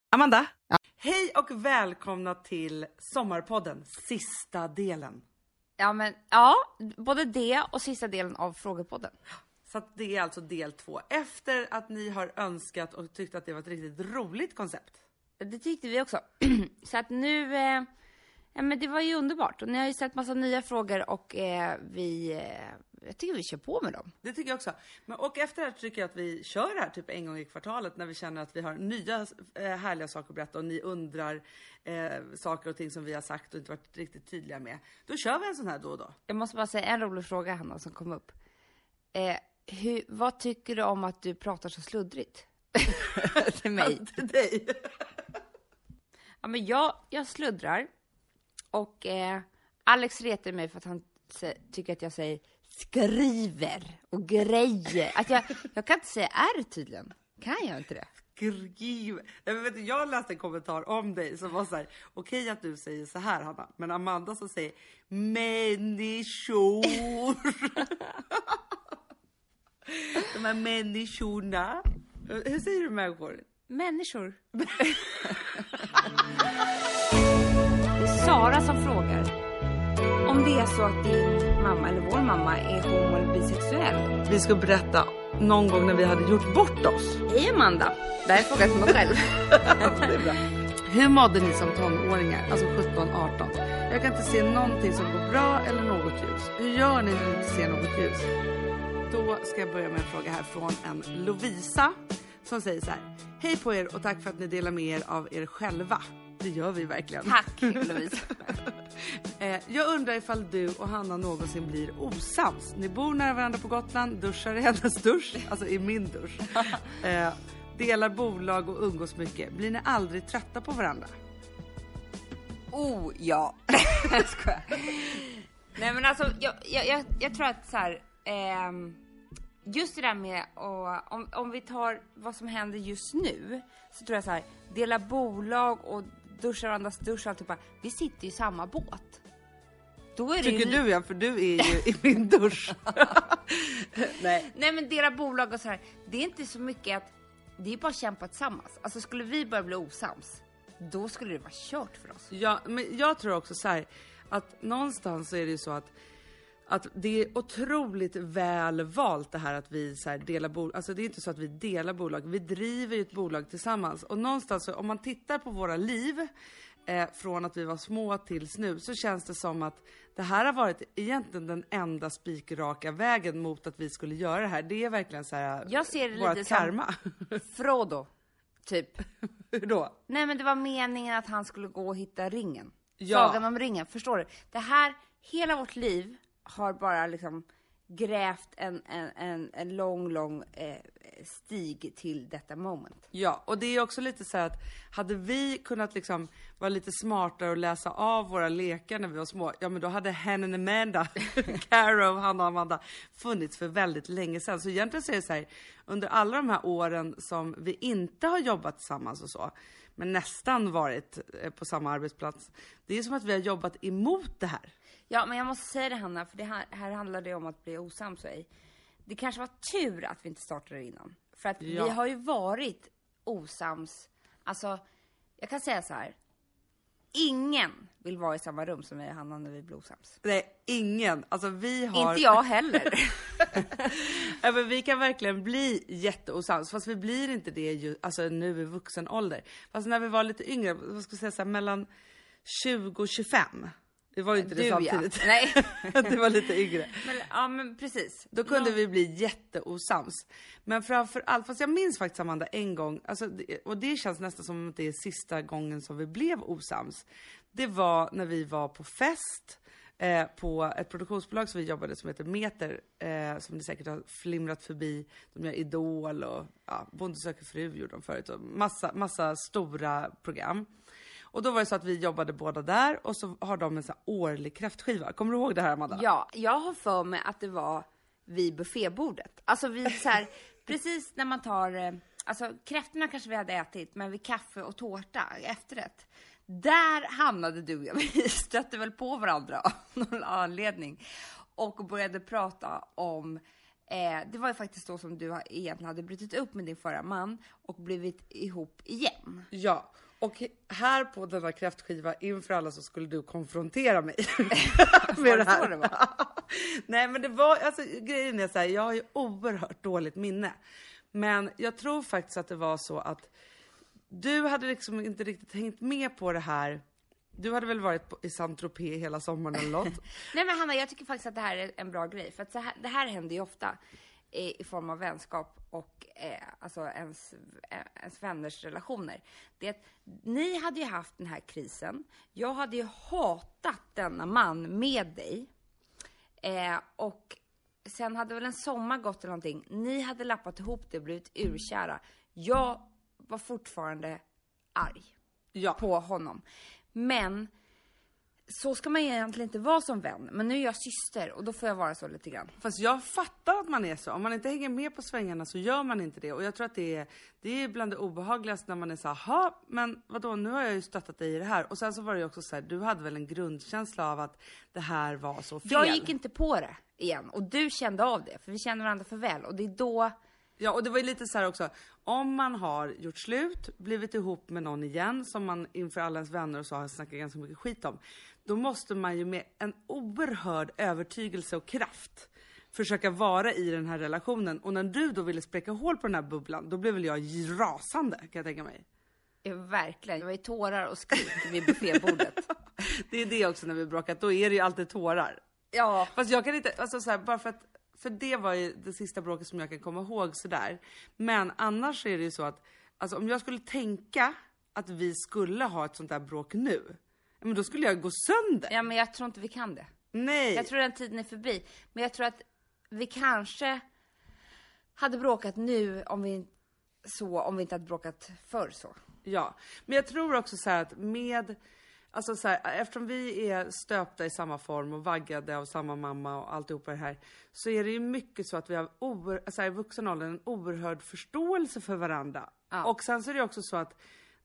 Amanda? Ja. Hej och välkomna till Sommarpodden, sista delen. Ja, både det och sista delen av Frågepodden. Så att det är alltså del 2. Efter att ni har önskat och tyckt att det var ett riktigt roligt koncept. Det tyckte vi också. Så att nu, men det var ju underbart. Och ni har ju sett massa nya frågor och jag tycker vi kör på med dem. Det tycker jag också. Och efter det här tycker jag att vi kör det här typ en gång i kvartalet när vi känner att vi har nya härliga saker att berätta och ni undrar saker och ting som vi har sagt och inte varit riktigt tydliga med. Då kör vi en sån här då och då. Jag måste bara säga en rolig fråga, Hanna, som kom upp. Vad tycker du om att du pratar så sluddrigt? Till mig. Till dig. Ja, men jag sluddrar. Och Alex retar mig för att han tycker att jag säger skriver och grejer. Att jag kan inte säga är tydligen. Kan jag inte det? Jag läste en kommentar om dig som var så här: okej att du säger så här, Hanna, men Amanda som säger människor. De här människorna. Hur säger du människor? Människor. Det är Sara som frågar om det är så att din mamma eller vår mamma är homo eller bisexuell. Vi ska berätta någon gång när vi hade gjort bort oss. Hej Amanda, det här är frågan till mig själv. Det är bra. Hur mådde ni som tonåringar, alltså 17-18? Jag kan inte se någonting som går bra eller något ljus. Hur gör ni när ni inte ser något ljus? Då ska jag börja med en fråga här från en Lovisa som säger så här: hej på er och tack för att ni delar med er av er själva. Det gör vi verkligen. Tack Lovisa. Jag undrar ifall du och Hanna någonsin blir osams. Ni bor nära varandra på Gotland, duschar i hennes dusch, alltså i min dusch. Delar bolag och umgås mycket. Blir ni aldrig trötta på varandra? Oh, ja. Jag skojar. Nej men alltså, jag tror att så här, just det där med, om vi tar vad som händer just nu, så tror jag så här, dela bolag och duscha varandras dusch och alltihopa. Vi sitter ju i samma båt. Då är tycker det du, ja, för du är ju i min dusch. Nej men dela bolag och så här, det är inte så mycket att det är bara att kämpa tillsammans. Alltså skulle vi börja bli osams, då skulle det vara kört för oss. Ja, men jag tror också så här, att någonstans så är det ju så att det är otroligt väl valt det här att vi så här delar bolag. Alltså det är inte så att vi delar bolag, vi driver ju ett bolag tillsammans. Och någonstans så, om man tittar på våra liv från att vi var små tills nu, så känns det som att det här har varit egentligen den enda spikraka vägen mot att vi skulle göra det här. Det är verkligen så här, jag ser det vårt lite karma. Som Frodo, typ. Hur då? Nej men det var meningen att han skulle gå och hitta ringen. Ja. Sagan om ringen, förstår du? Det här, hela vårt liv har bara liksom grävt en lång stig till detta moment. Ja, och det är också lite så här att hade vi kunnat liksom vara lite smartare och läsa av våra lekar när vi var små, ja men då hade Hen and Amanda, Caro, Hanna och Amanda funnits för väldigt länge sedan. Så egentligen så är det så här, under alla de här åren som vi inte har jobbat tillsammans och så, men nästan varit på samma arbetsplats, det är som att vi har jobbat emot det här. Ja, men jag måste säga det, Hanna, för det här handlar det om att bli osams. Det kanske var tur att vi inte startade innan. För att vi har ju varit osams. Alltså, jag kan säga så här. Ingen vill vara i samma rum som jag och Hanna när vi blir osams. Nej, ingen. Alltså vi har... Inte jag heller. Ja, men vi kan verkligen bli jätteosams. Fast vi blir inte det ju, alltså nu i vuxen ålder. Fast när vi var lite yngre, vad ska jag säga så här, mellan 20 och 25. Det var ju inte det samtidigt. Ja. Nej. Det var lite yngre. Ja, men precis. Då kunde vi bli jätteosams. Men framför allt, fast jag minns faktiskt Amanda en gång, alltså, och det känns nästan som att det är sista gången som vi blev osams. Det var när vi var på fest på ett produktionsbolag som vi jobbade som heter Meter, som ni säkert har flimrat förbi. De gör Idol och Bonde söker fru gjorde de förut och massa stora program. Och då var det så att vi jobbade båda där och så har de en sån här årlig kräftskiva. Kommer du ihåg det här, Amanda? Ja, jag har för mig att det var vid buffébordet. Alltså vi så här, precis när man tar, alltså kräftorna kanske vi hade ätit, men vid kaffe och tårta efterrätt. Där hamnade du och jag, vi stötte väl på varandra av någon anledning. Och började prata om, det var ju faktiskt då som du egentligen hade brutit upp med din förra man och blivit ihop igen. Ja. Och här på denna kräftskiva inför alla så skulle du konfrontera mig med det här. Det var? Nej, men det var, alltså grejen är så här, jag har ju oerhört dåligt minne. Men jag tror faktiskt att det var så att du hade liksom inte riktigt hängt med på det här. Du hade väl varit i Saint-Tropez hela sommaren eller något? Nej men Hanna, jag tycker faktiskt att det här är en bra grej. För att det här händer ju ofta i form av vänskap och alltså ens vänners relationer. Det är att ni hade ju haft den här krisen. Jag hade ju hatat denna man med dig. Och sen hade väl en sommar gått eller någonting. Ni hade lappat ihop det och blivit urkära. Jag var fortfarande arg på honom. Men så ska man egentligen inte vara som vän. Men nu är jag syster och då får jag vara så lite grann. Fast jag fattar att man är så. Om man inte hänger med på svängarna så gör man inte det. Och jag tror att det är bland det obehagligaste när man är så här, men vadå, nu har jag ju stöttat dig i det här. Och sen så var det ju också så här, du hade väl en grundkänsla av att det här var så fel. Jag gick inte på det igen och du kände av det. För vi känner varandra för väl och det är då... Ja, och det var ju lite så här också. Om man har gjort slut, blivit ihop med någon igen, som man inför alla ens vänner och så har snackat ganska mycket skit om. Då måste man ju med en oerhörd övertygelse och kraft försöka vara i den här relationen. Och när du då ville spräcka hål på den här bubblan, då blev väl jag rasande, kan jag tänka mig. Ja, verkligen. Det var ju tårar och skrik vid buffébordet. Det är det också när vi bråkat, då är det ju alltid tårar. Ja. Fast jag kan inte, alltså så här, bara för det var ju det sista bråket som jag kan komma ihåg sådär. Men annars är det ju så att, alltså om jag skulle tänka att vi skulle ha ett sånt där bråk nu, men då skulle jag gå sönder. Ja, men jag tror inte vi kan det. Nej. Jag tror den tiden är förbi. Men jag tror att vi kanske hade bråkat nu om vi inte hade bråkat förr så. Ja, men jag tror också så här att alltså så här, eftersom vi är stöpta i samma form och vaggade av samma mamma och alltihopa det här, så är det ju mycket så att vi har i vuxen ålder en oerhörd förståelse för varandra. Ja. Och sen så är det också så att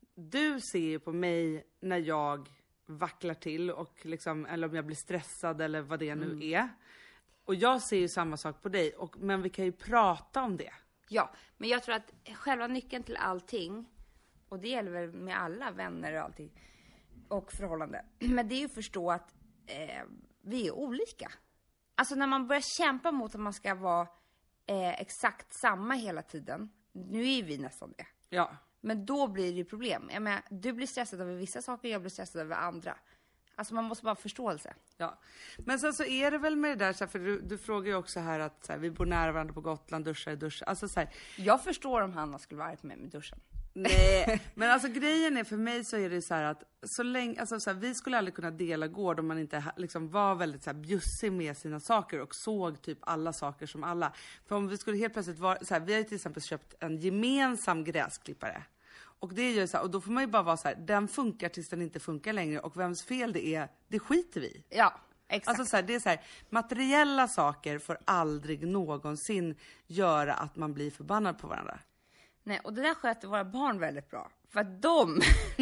du ser ju på mig när jag vacklar till och liksom, eller om jag blir stressad eller vad det nu är. Och jag ser ju samma sak på dig, men vi kan ju prata om det. Ja, men jag tror att själva nyckeln till allting, och det gäller väl med alla vänner och allting, och förhållande. Men det är ju att förstå att vi är olika. Alltså när man börjar kämpa mot att man ska vara exakt samma hela tiden. Nu är ju vi nästan det. Ja. Men då blir det ju problem. Jag menar, du blir stressad över vissa saker, jag blir stressad över andra. Alltså man måste bara ha förståelse. Ja. Men sen så är det väl med det där, så här, för du frågar ju också här att så här, vi bor nära varandra på Gotland, duschar i duschen. Alltså så här. Jag förstår om Hanna skulle vara arg på mig med duschen. Nej, men alltså grejen är för mig så är det så här att så länge, alltså så här, vi skulle aldrig kunna dela gård om man inte liksom var väldigt så här bjussig med sina saker och såg typ alla saker som alla. För om vi skulle helt plötsligt vara så här, vi har ju till exempel köpt en gemensam gräsklippare. Och det är ju så här, och då får man ju bara vara så här, den funkar tills den inte funkar längre och vems fel det är, det skiter vi. Ja, exakt. Alltså så här, det är så här, materiella saker får aldrig någonsin göra att man blir förbannad på varandra. Nej, och det där sköter våra barn väldigt bra. För att de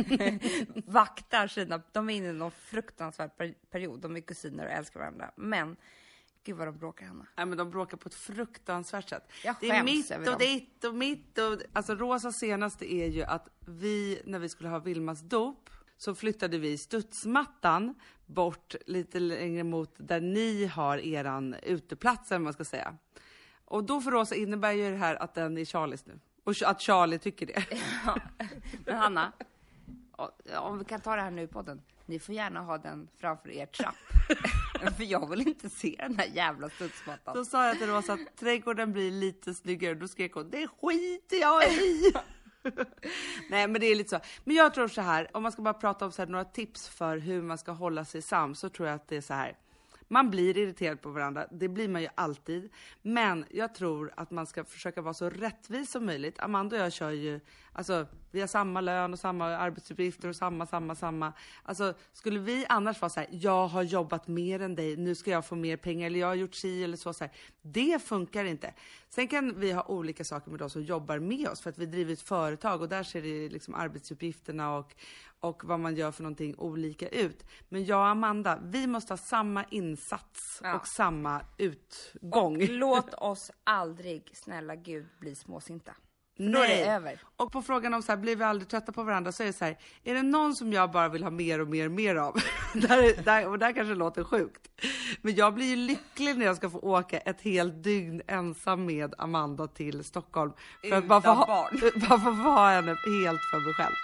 vaktar sina... De är inne i någon fruktansvärd period. De är kusiner och älskar varandra. Men, gud vad de bråkar, Hanna. Ja, men de bråkar på ett fruktansvärt sätt. Det är mitt och ditt och mitt och... Alltså Rosas senaste är ju att när vi skulle ha Vilmas dop, så flyttade vi studsmattan bort lite längre mot där ni har eran uteplats, eller vad man ska säga. Och då för Rosa innebär ju det här att den är Charlies nu. Och att Charlie tycker det. Ja. Men Hanna, om vi kan ta det här nu i podden. Ni får gärna ha den framför er trapp. För jag vill inte se den här jävla studsmattan. Då sa jag till Rosa att trädgården blir lite snyggare. Då skrek hon, det skiter jag i. Nej, men det är lite så. Men jag tror så här, om man ska bara prata om så här, några tips för hur man ska hålla sig sams, så tror jag att det är så här. Man blir irriterad på varandra, det blir man ju alltid. Men jag tror att man ska försöka vara så rättvis som möjligt. Amanda och jag kör ju, alltså vi har samma lön och samma arbetsuppgifter och samma. Alltså skulle vi annars vara så här, jag har jobbat mer än dig, nu ska jag få mer pengar, eller jag har gjort si eller så här. Det funkar inte. Sen kan vi ha olika saker med de som jobbar med oss, för att vi driver ett företag och där ser det liksom arbetsuppgifterna och vad man gör för någonting olika ut. Men jag och Amanda, vi måste ha samma insats och samma utgång. Och låt oss aldrig, snälla Gud, bli småsinta. Då är det över. Och på frågan om så här, blir vi aldrig trötta på varandra, så är det så här, är det någon som jag bara vill ha mer och mer av? Och där kanske låter sjukt. Men jag blir ju lycklig när jag ska få åka ett helt dygn ensam med Amanda till Stockholm. För att bara få vara henne helt för mig själv.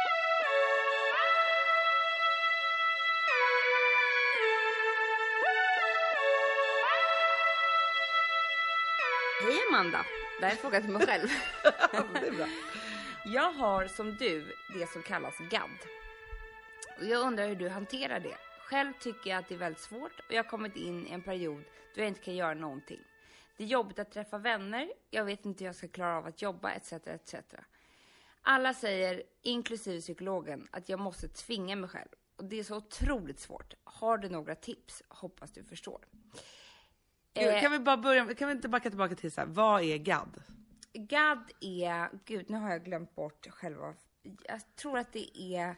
Hej Amanda, det här är en fråga till mig själv. Det är bra. Jag har som du det som kallas GAD. Och jag undrar hur du hanterar det. Själv tycker jag att det är väldigt svårt och jag har kommit in i en period då jag inte kan göra någonting. Det är jobbigt att träffa vänner, jag vet inte hur jag ska klara av att jobba etc. etc. Alla säger, inklusive psykologen, att jag måste tvinga mig själv. Och det är så otroligt svårt. Har du några tips? Hoppas du förstår. Kan vi bara börja, kan vi inte backa tillbaka till så här, vad är GAD? GAD är, gud nu har jag glömt bort själva, jag tror att det är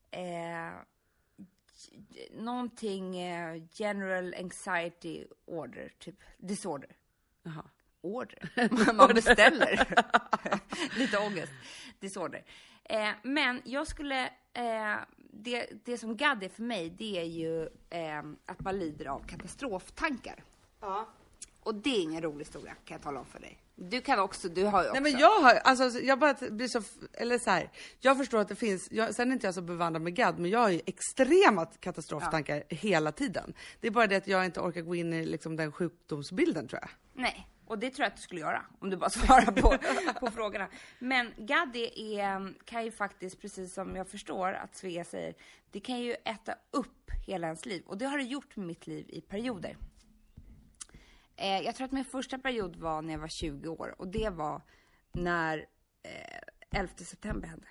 någonting general anxiety order, typ disorder. Jaha. Order, man beställer. Lite ångest, disorder. Men jag skulle, det som GAD är för mig, det är ju att man lider av katastroftankar. Ja. Och det är ingen rolig historia, kan jag tala om för dig. Du kan också, du har ju också. Nej men jag har, alltså jag bara blir så, eller så här, jag förstår att det finns, sen är inte jag så bevandrad med GAD, men jag har ju extrema katastroftankar hela tiden. Det är bara det att jag inte orkar gå in i liksom den sjukdomsbilden, tror jag. Nej, och det tror jag att du skulle göra, om du bara svarar på frågorna. Men GAD kan ju faktiskt, precis som jag förstår att Svea säger, det kan ju äta upp hela ens liv. Och det har det gjort med mitt liv i perioder. Jag tror att min första period var när jag var 20 år. Och det var när 11 september hände.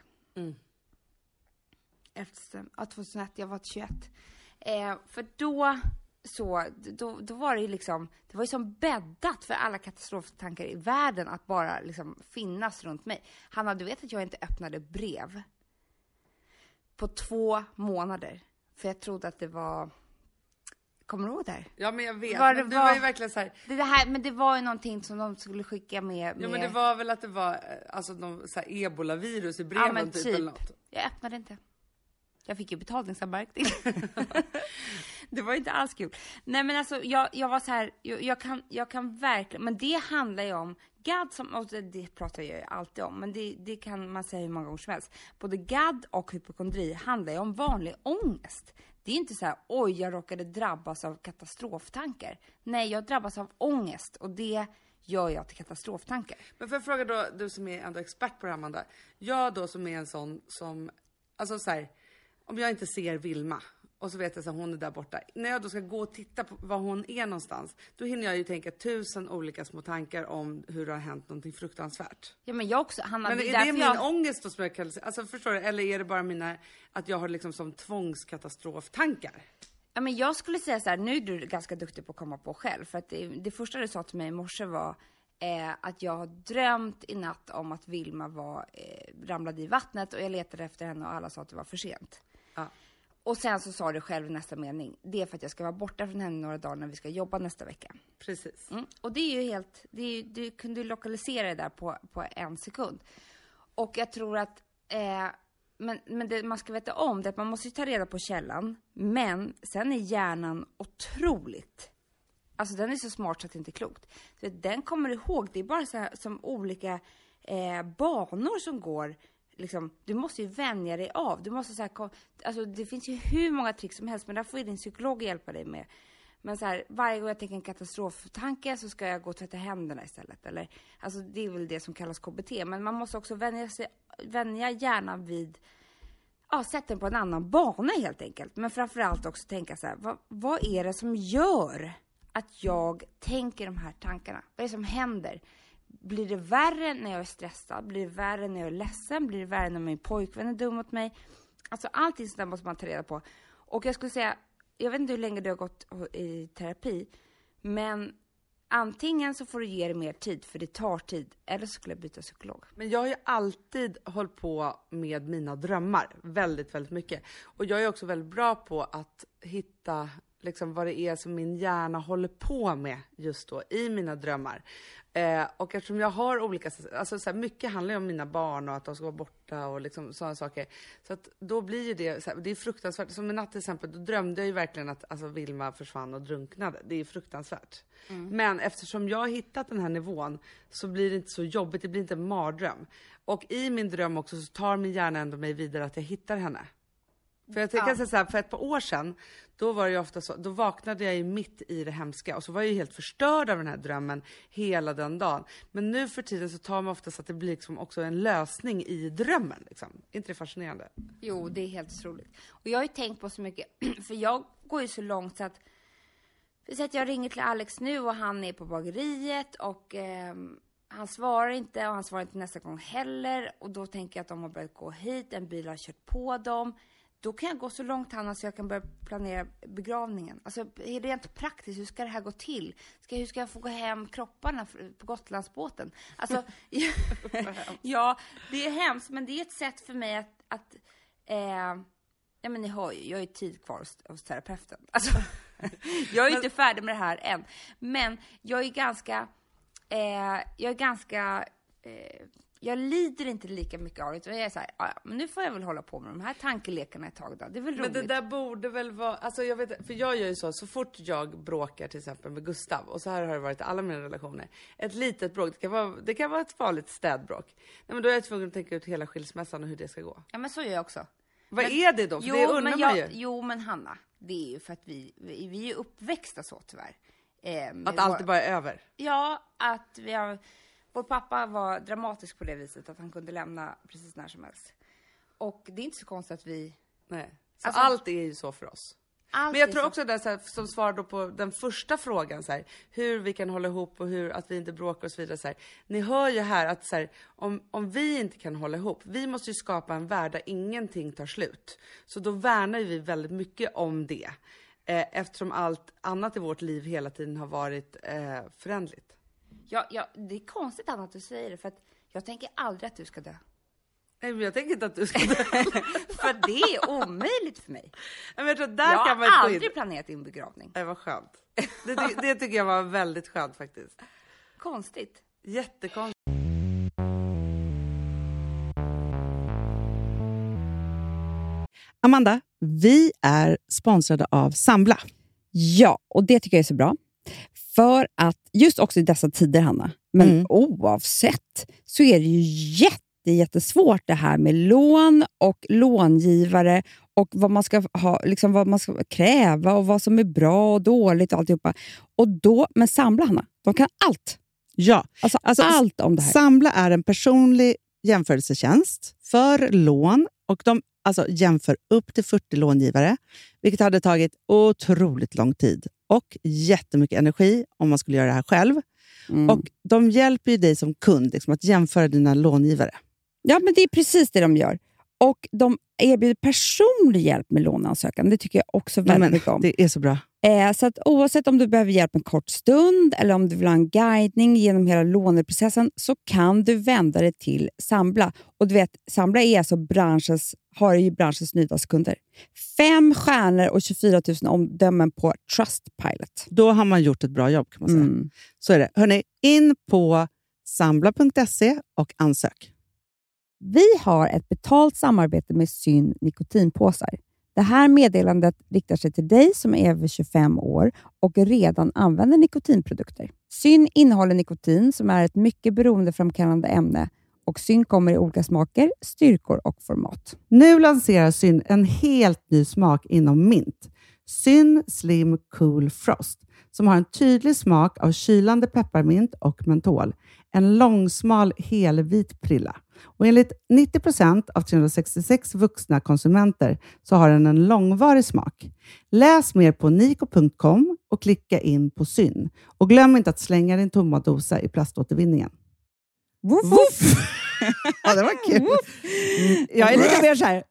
11 september, 2001, jag var 21. För då var det ju liksom, det var ju som bäddat för alla katastroftankar i världen att bara liksom finnas runt mig. Hanna, du vet att jag inte öppnade brev på 2 månader. För jag trodde att det var... Kommer du ihåg det här? Ja, men jag vet. Men det var ju verkligen så här... Men det var ju någonting som de skulle skicka med... Ja, men det var väl att det var alltså någon så här ebola-virus i breven, ja, typ eller något. Jag öppnade inte. Jag fick ju betalningsanmärkning. Det var inte alls kul. Nej, men alltså jag var så här, jag kan verkligen, men det handlar ju om GAD, som, och det pratar jag ju alltid om, men det kan man säga hur många gånger som helst. Både GAD och hypokondri handlar ju om vanlig ångest. Det är inte så här, oj, jag råkade drabbas av katastroftankar. Nej, jag drabbas av ångest och det gör jag till katastroftankar. Men får jag fråga då, du som är ändå expert på det här, Amanda. Jag då som är en sån som, alltså så här, om jag inte ser Vilma och så vet jag att hon är där borta. När jag då ska gå och titta på var hon är någonstans, då hinner jag ju tänka 1000 olika små tankar om hur det har hänt någonting fruktansvärt. Ja, men jag också, Hanna, men är det min ångest då som jag kan, alltså förstår du, eller är det bara mina, att jag har liksom som tvångskatastroftankar? Ja, men jag skulle säga så här, nu är du ganska duktig på att komma på själv, för att det första du sa till mig i morse var att jag har drömt i natt om att Vilma ramlade i vattnet och jag letade efter henne och alla sa att det var för sent. Ja. Och sen så sa du själv i nästa mening, det är för att jag ska vara borta från henne några dagar när vi ska jobba nästa vecka. Precis. Och det är ju helt, du kunde lokalisera det där på 1 sekund. Och jag tror att, men det man ska veta om det är att man måste ta reda på källan, men sen är hjärnan otroligt, alltså den är så smart så att det inte är klokt. Så den kommer ihåg, det är bara så här, som olika banor som går. Liksom, du måste ju vänja dig av. Du måste så här, alltså det finns ju hur många tricks som helst, men där får ju din psykolog hjälpa dig med. Men så här, varje gång jag tänker en katastroftanke så ska jag gå och tvätta händerna istället. Eller, alltså det är väl det som kallas KBT. Men man måste också vänja hjärnan vid, sätta den på en annan bana helt enkelt. Men framförallt också tänka så här, vad är det som gör att jag tänker de här tankarna? Vad är det som händer? Blir det värre när jag är stressad? Blir det värre när jag är ledsen? Blir det värre när min pojkvän är dum mot mig? Alltså allting sådär måste man ta reda på. Och jag skulle säga, jag vet inte hur länge du har gått i terapi, men antingen så får du ge dig mer tid, för det tar tid, eller så skulle jag byta psykolog. Men jag har ju alltid hållit på med mina drömmar väldigt, väldigt mycket. Och jag är också väldigt bra på att hitta liksom vad det är som min hjärna håller på med just då i mina drömmar. Och eftersom jag har olika, alltså så här, mycket handlar ju om mina barn och att de ska vara borta och liksom sådana saker. Så att då blir ju det, så här, det är fruktansvärt. Som i natt till exempel, då drömde jag ju verkligen att alltså, Vilma försvann och drunknade. Det är fruktansvärt. Men eftersom jag har hittat den här nivån så blir det inte så jobbigt, det blir inte en mardröm. Och i min dröm också så tar min hjärna ändå mig vidare att jag hittar henne. För jag tänker så här, för ett par år sedan, då var det ju ofta så, då vaknade jag ju mitt i det hemska och så var jag ju helt förstörd av den här drömmen hela den dagen. Men nu för tiden så tar man ofta så att det blir liksom också en lösning i drömmen liksom. Är inte det fascinerande? Jo, det är helt otroligt. Och jag har ju tänkt på så mycket, för jag går ju så långt så att jag ringer till Alex nu och han är på bageriet och han svarar inte och han svarar inte nästa gång heller. Och då tänker jag att de har börjat gå hit, en bil har kört på dem. Då kan jag gå så långt, Hanna, så jag kan börja planera begravningen. Alltså rent praktiskt, hur ska det här gå till? Hur ska jag få gå hem kropparna på Gotlandsbåten? Alltså, ja, det är hemskt, men det är ett sätt för mig att ja, men ni hör ju, jag är tid kvar hos terapeuten. Alltså, jag är inte färdig med det här än. Men jag är ganska jag lider inte lika mycket av det. Jag är så här, men nu får jag väl hålla på med de här tankelekarna ett tag då. Det är väl roligt. Men det där borde väl vara, alltså jag vet, för jag gör ju så fort jag bråkar till exempel med Gustav, och så här har det varit i alla mina relationer. Ett litet bråk, det kan vara ett vanligt städbråk. Nej, men då är jag tvungen att tänka ut hela skilsmässan och hur det ska gå. Ja, men så gör jag också. Vad är det då? För det undrar man ju. Jo, men Hanna, det är ju för att vi är uppväxta så tyvärr. Att allt bara är över? Ja, att vår pappa var dramatisk på det viset att han kunde lämna precis när som helst. Och det är inte så konstigt att vi... Nej, så alltså, allt är ju så för oss. Men jag tror också det, så här, som svar då på den första frågan, så här, hur vi kan hålla ihop och att vi inte bråkar och så vidare. Så här, ni hör ju här att så här, om vi inte kan hålla ihop, vi måste ju skapa en värld där ingenting tar slut. Så då värnar vi väldigt mycket om det. Eftersom allt annat i vårt liv hela tiden har varit förändligt. Ja, det är konstigt att du säger det, för att jag tänker aldrig att du ska dö. Nej, men jag tänker inte att du ska dö. För det är omöjligt för mig. Men jag tror, jag har aldrig planerat din begravning. Det var skönt. Det tycker jag var väldigt skönt faktiskt. Konstigt. Jättekonstigt. Amanda, vi är sponsrade av Sambla. Ja, och det tycker jag är så bra. För att just också i dessa tider, Hanna, men oavsett så är det ju jättesvårt det här med lån och långivare och vad man ska ha, liksom vad man ska kräva och vad som är bra och dåligt och alltihopa. Och då, men Sambla, Hanna, de kan allt. Ja, alltså allt om det här. Sambla är en personlig jämförelsetjänst för lån och de jämför upp till 40 långivare, vilket hade tagit otroligt lång tid och jättemycket energi om man skulle göra det här själv. Och de hjälper ju dig som kund liksom, att jämföra dina långivare. Ja, men det är precis det de gör. Och de erbjuder personlig hjälp med låneansökan. Det tycker jag också väldigt mycket om. Det är så bra. Så att oavsett om du behöver hjälp en kort stund eller om du vill ha en guidning genom hela låneprocessen, så kan du vända dig till Sambla. Och du vet, Sambla är alltså branschens nyaste kunder. 5 stjärnor och 24 000 omdömen på Trustpilot. Då har man gjort ett bra jobb, kan man säga. Så är det. Hörrni, in på sambla.se och ansök. Vi har ett betalt samarbete med Syn nikotinpåsar. Det här meddelandet riktar sig till dig som är över 25 år och redan använder nikotinprodukter. Syn innehåller nikotin som är ett mycket beroendeframkallande ämne, och Syn kommer i olika smaker, styrkor och format. Nu lanserar Syn en helt ny smak inom mint. Syn Slim Cool Frost, som har en tydlig smak av kylande pepparmint och mentol. En långsmal helvit prilla. Och enligt 90% av 366 vuxna konsumenter så har den en långvarig smak. Läs mer på niko.com och klicka in på Syn. Och glöm inte att slänga din tomma dosa i plaståtervinningen. Woof, woof. Ja, det var kul. Jag är lite mer så här.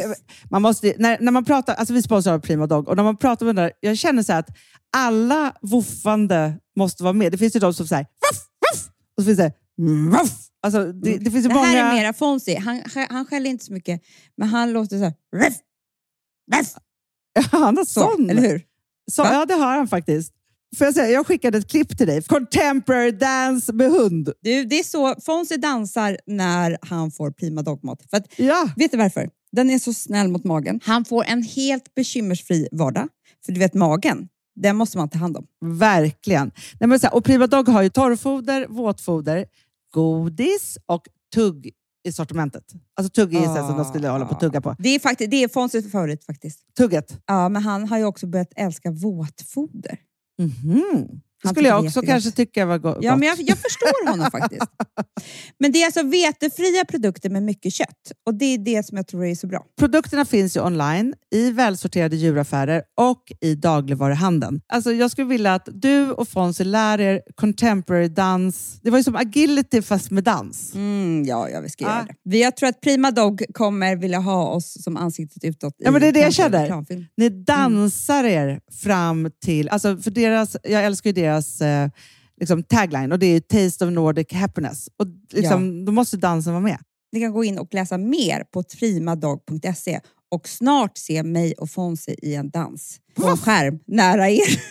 Man måste, när man pratar, alltså vi sponsrar av Prima Dog, och när man pratar med den där, jag känner så här att alla woofande måste vara med. Det finns ju de som säger woof, woof, och så finns det woof. Alltså det finns ju många. Det här är mera Fonzie. Han skäller inte så mycket, men han låter så här woof, woof. Han är sån. Eller hur? Så, ja, det har han faktiskt. Får jag säga, jag skickade ett klipp till dig. Contemporary dance med hund. Du, det är så Fonzie dansar när han får prima dogmat. För att, Ja. vet du varför? Den är så snäll mot magen. Han får en helt bekymmersfri vardag. För du vet, magen, den måste man ta hand om. Verkligen. Nej, men så här, och Prima Dog har ju torrfoder, våtfoder, godis och tugg i sortimentet. Alltså tugg i som de skulle hålla på att tugga på. Det är Fonzies favorit faktiskt. Tugget. Ja, men han har ju också börjat älska våtfoder. Mhm. Det Han skulle jag tycker också det är kanske jättegott. tycka var gott. Ja, men jag förstår honom faktiskt. Men det är alltså vetefria produkter med mycket kött. Och det är det som jag tror är så bra. Produkterna finns ju online, i välsorterade djuraffärer och i dagligvaruhandeln. Alltså jag skulle vilja att du och Fonzie lär er contemporary dans. Det var ju som agility fast med dans. Ja, vi ska göra det. Jag tror att Prima Dog kommer vilja ha oss som ansiktet utåt. Ja, men det är det jag kanske känner. reklamfilm. Ni dansar er fram till... Alltså för deras, jag älskar ju deras liksom tagline och det är Taste of Nordic Happiness. Och liksom, då måste dansen vara med. Ni kan gå in och läsa mer på primadog.se och snart se mig och Fonzie i en dans på en skärm nära er.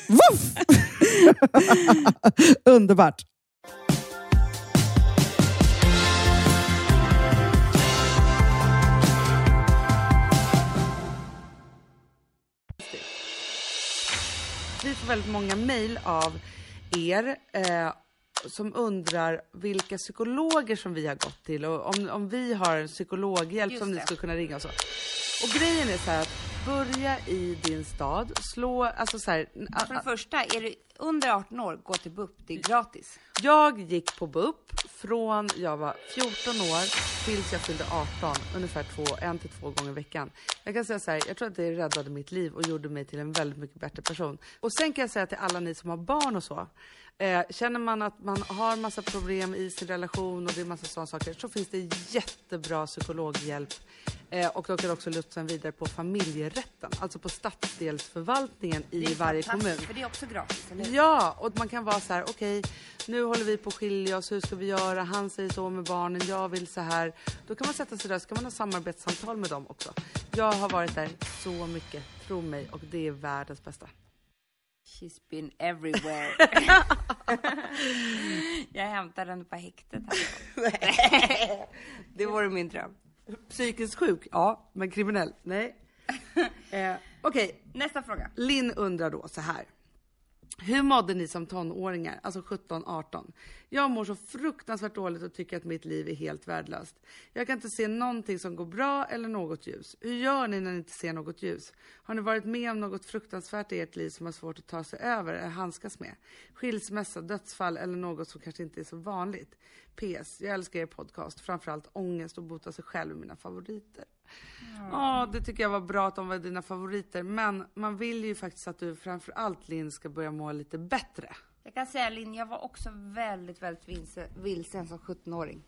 Underbart. Vi får väldigt många mejl av er som undrar vilka psykologer som vi har gått till och om vi har en psykologhjälp som ni skulle kunna ringa och så. Och grejen är så här att börja i din stad, slå, alltså så här... För det första, är du under 18 år, gå till BUP, det är gratis. Jag gick på BUP från jag var 14 år tills jag fyllde 18, ungefär 1 till 2 gånger i veckan. Jag kan säga så här, jag tror att det räddade mitt liv och gjorde mig till en väldigt mycket bättre person. Och sen kan jag säga till alla ni som har barn och så, känner man att man har massa problem i sin relation och det är massa sådana saker, så finns det jättebra psykologhjälp. Och de kan också lotsa en vidare på familjerätten, alltså på stadsdelsförvaltningen i varje kommun. För det är också gratis, eller hur? Ja, och man kan vara så här, okej, nu håller vi på att skilja oss, hur ska vi göra? Han säger så med barnen, jag vill så här. Då kan man sätta sig där, så kan man ha samarbetssamtal med dem också. Jag har varit där så mycket, tro mig, och det är världens bästa. She's been everywhere. Jag hämtar den på häktet här. Det vore min dröm. Psykiskt sjuk? Ja, men kriminell? Nej. Okej. Nästa fråga. Linn undrar då så här. Hur mådde ni som tonåringar, alltså 17-18? Jag mår så fruktansvärt dåligt och tycker att mitt liv är helt värdelöst. Jag kan inte se någonting som går bra eller något ljus. Hur gör ni när ni inte ser något ljus? Har ni varit med om något fruktansvärt i ert liv som har svårt att ta sig över eller handskas med? Skilsmässa, dödsfall eller något som kanske inte är så vanligt? PS, jag älskar er podcast. Framförallt ångest och bota sig själv mina favoriter. Det tycker jag var bra att de var dina favoriter. Men man vill ju faktiskt att du framförallt, Linn, ska börja må lite bättre. Jag kan säga, Linn, jag var också väldigt, väldigt vilsen som 17-åring.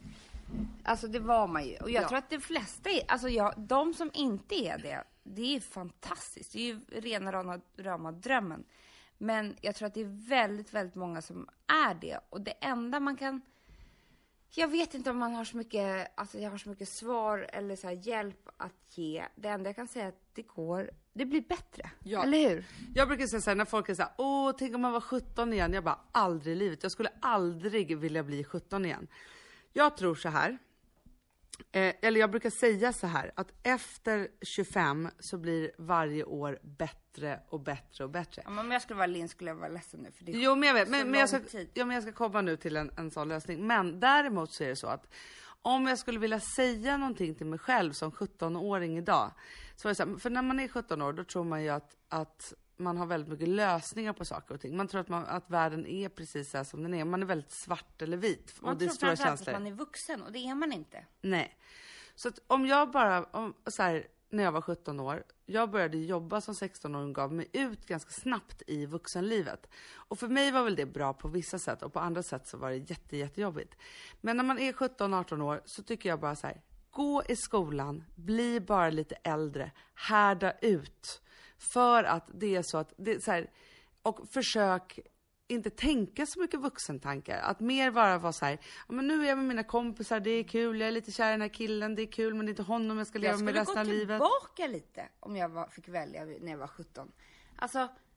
Alltså det var man ju. Och jag tror att de flesta är, alltså de som inte är det, det är fantastiskt. Det är ju rama drömmen. Men jag tror att det är väldigt, väldigt många som är det. Och det enda man kan... Jag vet inte om man har så mycket, alltså jag har så mycket svar eller så här hjälp att ge. Det enda jag kan säga är att det blir bättre. Ja. Eller hur? Jag brukar säga så här, när folk är så här, tänk om man var 17 igen. Jag bara, aldrig i livet. Jag skulle aldrig vilja bli 17 igen. Jag tror så här. Eller jag brukar säga så här, att efter 25 så blir varje år bättre och bättre och bättre. Ja, men om jag skulle vara Linn skulle jag vara ledsen nu. För det jo, men jag vet. Men jag ska komma nu till en sån lösning. Men däremot så är det så att om jag skulle vilja säga någonting till mig själv som 17-åring idag. Så är det så här, för när man är 17 år då tror man ju att man har väldigt mycket lösningar på saker och ting. Man tror att världen är precis så här som den är. Man är väldigt svart eller vit. Man och det är tror stora framförallt känslor. att man är vuxen och det är man inte. Nej. Så att om jag så här, när jag var 17 år, jag började jobba som 16-åring och gav mig ut ganska snabbt i vuxenlivet. Och för mig var väl det bra på vissa sätt och på andra sätt så var det jättejobbigt. Men när man är 17-18 år så tycker jag bara så här, gå i skolan, bli bara lite äldre, härda ut. För att det är så att, det är så här, och försök inte tänka så mycket vuxentankar. Att mer bara vara så här, ja, men nu är jag med mina kompisar, det är kul, jag är lite kär i den här killen, det är kul, men det är inte honom jag ska leva med resten av livet. Jag skulle gå tillbaka lite om jag fick välja när jag var 17. Alltså,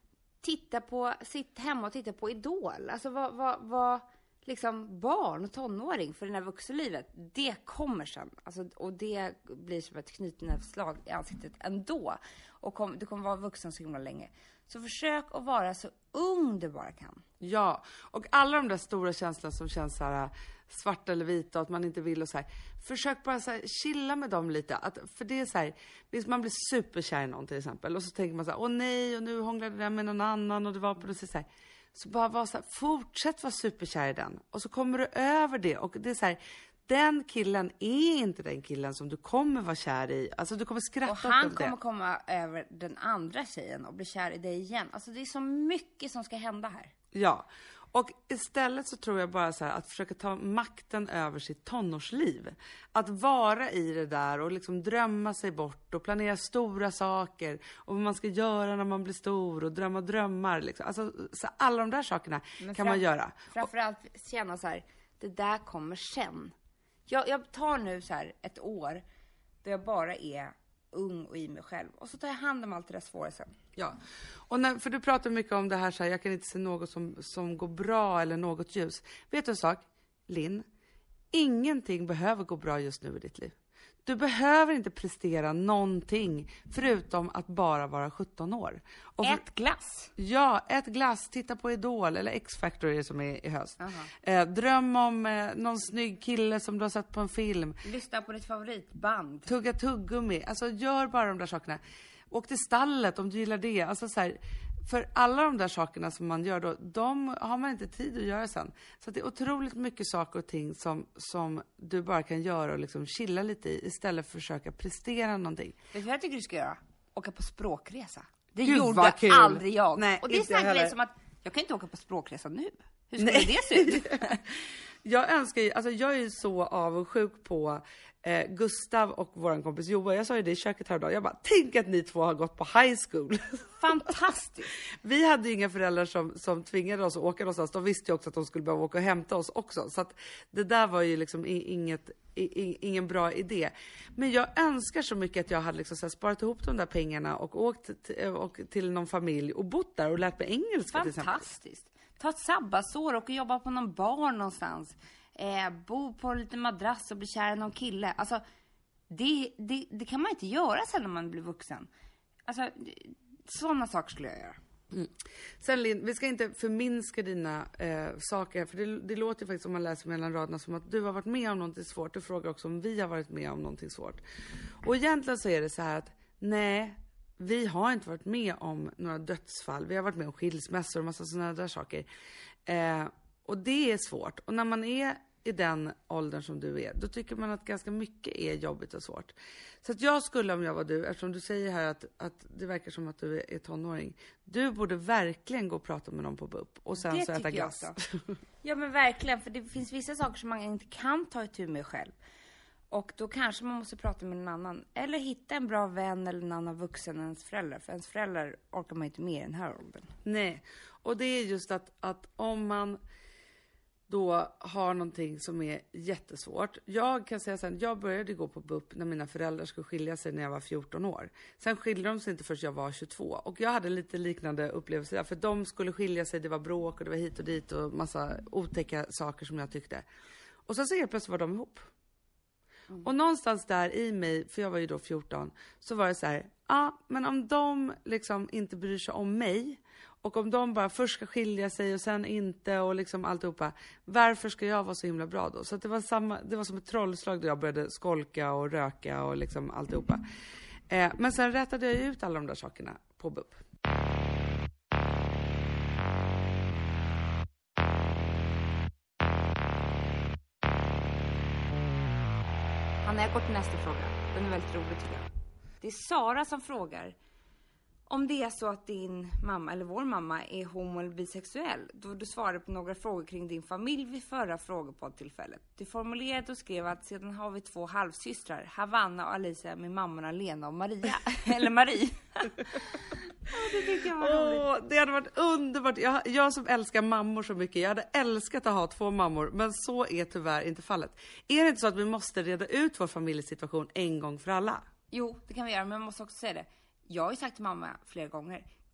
sitt hemma och titta på Idol. Alltså vad liksom barn och tonåring för det här vuxenlivet, det kommer sen. Alltså, och det blir som ett knytnävsslag i ansiktet ändå. Och du kommer vara vuxen så himla länge. Så försök att vara så ung du bara kan. Ja, och alla de där stora känslorna som känns så här svarta eller vita och att man inte vill och så här. Försök bara så här, chilla med dem lite. För det är så här, visst man blir superkär i någon till exempel. Och så tänker man så här, åh nej, och nu hånglade det med någon annan och det var på det så här. Så bara var så här, fortsätt vara superkär i den. Och så kommer du över det. Och det är så här, den killen är inte den killen som du kommer vara kär i. Alltså du kommer skratta åt det. Och han kommer komma över den andra tjejen och bli kär i dig igen. Alltså det är så mycket som ska hända här. Ja, och istället så tror jag bara så här att försöka ta makten över sitt tonårsliv. Att vara i det där och liksom drömma sig bort och planera stora saker. Och vad man ska göra när man blir stor och drömma drömmar. Liksom. Alltså så alla de där sakerna kan man göra. Framförallt känna så här, det där kommer sen. Jag tar nu så här ett år då jag bara är ung och i mig själv. Och så tar jag hand om allt det där svåra sen. Ja, och för du pratar mycket om det här så här, jag kan inte se något som går bra eller något ljus. Vet du en sak, Linn? Ingenting behöver gå bra just nu i ditt liv. Du behöver inte prestera någonting förutom att bara vara 17 år. Och ett glass? Ja, ett glass. Titta på Idol eller X-Factor är det som är i höst. Dröm om någon snygg kille som du har sett på en film. Lyssna på ditt favoritband. Tugga tuggummi. Alltså gör bara de där sakerna. Åk till stallet om du gillar det. Alltså så här, för alla de där sakerna som man gör då, de har man inte tid att göra sen. Så det är otroligt mycket saker och ting som du bara kan göra och liksom chilla lite i istället för att försöka prestera någonting. Vet du vad jag tycker du ska göra? Åka på språkresa. Det Gud, gjorde aldrig jag. Nej, och det är inte sån heller. grej som att jag kan inte åka på språkresa nu. Hur skulle det se ut? Jag önskar ju, alltså jag är ju så avundsjuk på Gustav och våran kompis Johan. Jag sa ju det i köket här idag. Jag bara, tänk att ni två har gått på high school. Fantastiskt. Vi hade ju inga föräldrar som tvingade oss att åka någonstans. De visste ju också att de skulle behöva åka och hämta oss också. Så att det där var ju liksom ingen bra idé. Men jag önskar så mycket att jag hade liksom så här sparat ihop de där pengarna och åkt till någon familj och bott där och lärt mig engelska till exempel. Fantastiskt. Ta ett sabbatsår och jobba på någon bar någonstans. Bo på en liten madrass och bli kär i någon kille. Alltså, det kan man inte göra sen när man blir vuxen. Alltså, sådana saker skulle jag göra. Mm. Sen Linn, vi ska inte förminska dina saker. För det låter ju faktiskt om man läser mellan raderna som att du har varit med om någonting svårt. Du frågar också om vi har varit med om någonting svårt. Och egentligen så är det så här att nej, vi har inte varit med om några dödsfall. Vi har varit med om skilsmässor och massa sådana där saker. Och det är svårt. Och när man är i den åldern som du är, då tycker man att ganska mycket är jobbigt och svårt. Så att jag skulle, om jag var du, eftersom du säger här att det verkar som att du är tonåring, du borde verkligen gå och prata med någon på BUP och sen så äta glass. Ja men verkligen, för det finns vissa saker som man inte kan ta itu med själv. Och då kanske man måste prata med någon annan. Eller hitta en bra vän eller en annan vuxen än ens föräldrar. För ens föräldrar orkar man inte med i den här åldern. Nej, och det är just att om man då har någonting som är jättesvårt. Jag kan säga sen, jag började gå på BUP när mina föräldrar skulle skilja sig när jag var 14 år. Sen skilde de sig inte förrän jag var 22. Och jag hade lite liknande upplevelser. För de skulle skilja sig, det var bråk och det var hit och dit och massa otäcka saker som jag tyckte. Och sen så helt plötsligt var de ihop. Och någonstans där i mig, för jag var ju då 14, så var det så här, men om de liksom inte bryr sig om mig och om de bara först ska skilja sig och sen inte och liksom alltihopa, varför ska jag vara så himla bra då? Så att det var som ett trollslag då jag började skolka och röka och liksom alltihopa. Men sen rättade jag ut alla de där sakerna på BUP. Hanna, jag går till nästa fråga. Den är väldigt rolig tycker jag. Det är Sara som frågar om det är så att din mamma eller vår mamma är homo eller bisexuell. Då du svarade på några frågor kring din familj vid förra frågepoddtillfället. Du formulerade och skrev att sedan har vi 2 halvsystrar, Havanna och Alicia, med mammorna Lena och Maria. Eller Marie. Det tycker jag var roligt. Det hade varit underbart. Jag som älskar mammor så mycket. Jag hade älskat att ha 2 mammor. Men så är tyvärr inte fallet. Är det inte så att vi måste reda ut vår familjesituation en gång för alla? Jo, det kan vi göra. Men jag måste också säga det. Jag har ju sagt till mamma flera gånger.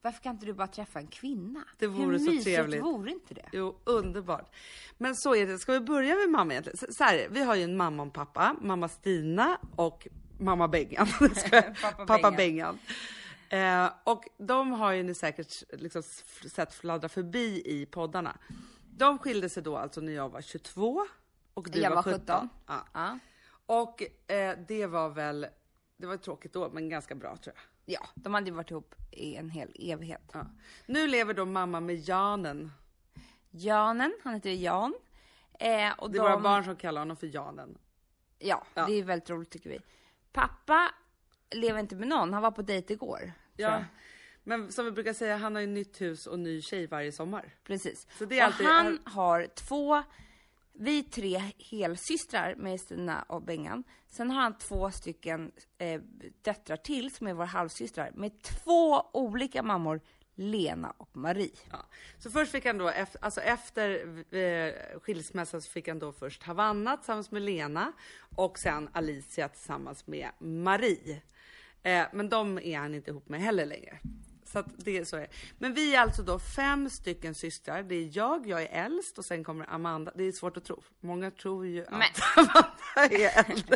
Varför kan inte du bara träffa en kvinna? Det vore så trevligt. Hur mysigt vore inte det? Jo, underbart. Men så är det. Ska vi börja med mamma egentligen? Så här, vi har ju en mamma och pappa. Mamma Stina och mamma Bengan. Pappa Bengan. Och de har ju ni säkert liksom sett fladdra förbi i poddarna. De skilde sig då alltså när jag var 22 och du var 17. Ja. Och det var tråkigt då, men ganska bra tror jag. Ja, de hade ju varit ihop i en hel evighet. Ja. Nu lever då mamma med Janen. Janen, han heter Jan. Och det är våra barn som kallar honom för Janen. Ja, det är väldigt roligt tycker vi. Pappa lever inte med någon, han var på dejt igår. Ja, men som vi brukar säga, han har ju nytt hus och ny tjej varje sommar. Precis. Så det är och han har vi 3 helsystrar med Stina och Bengan. Sen har han 2 stycken döttrar till som är våra halvsystrar. Med 2 olika mammor, Lena och Marie. Ja. Så först fick han då, efter skilsmässan så fick han då först Havanna tillsammans med Lena. Och sen Alicia tillsammans med Marie. Men de är han inte ihop med heller längre. Så att det är så. Men vi är alltså då 5 stycken systrar. Det är jag är äldst och sen kommer Amanda. Det är svårt att tro. Många tror ju att Amanda är äldre.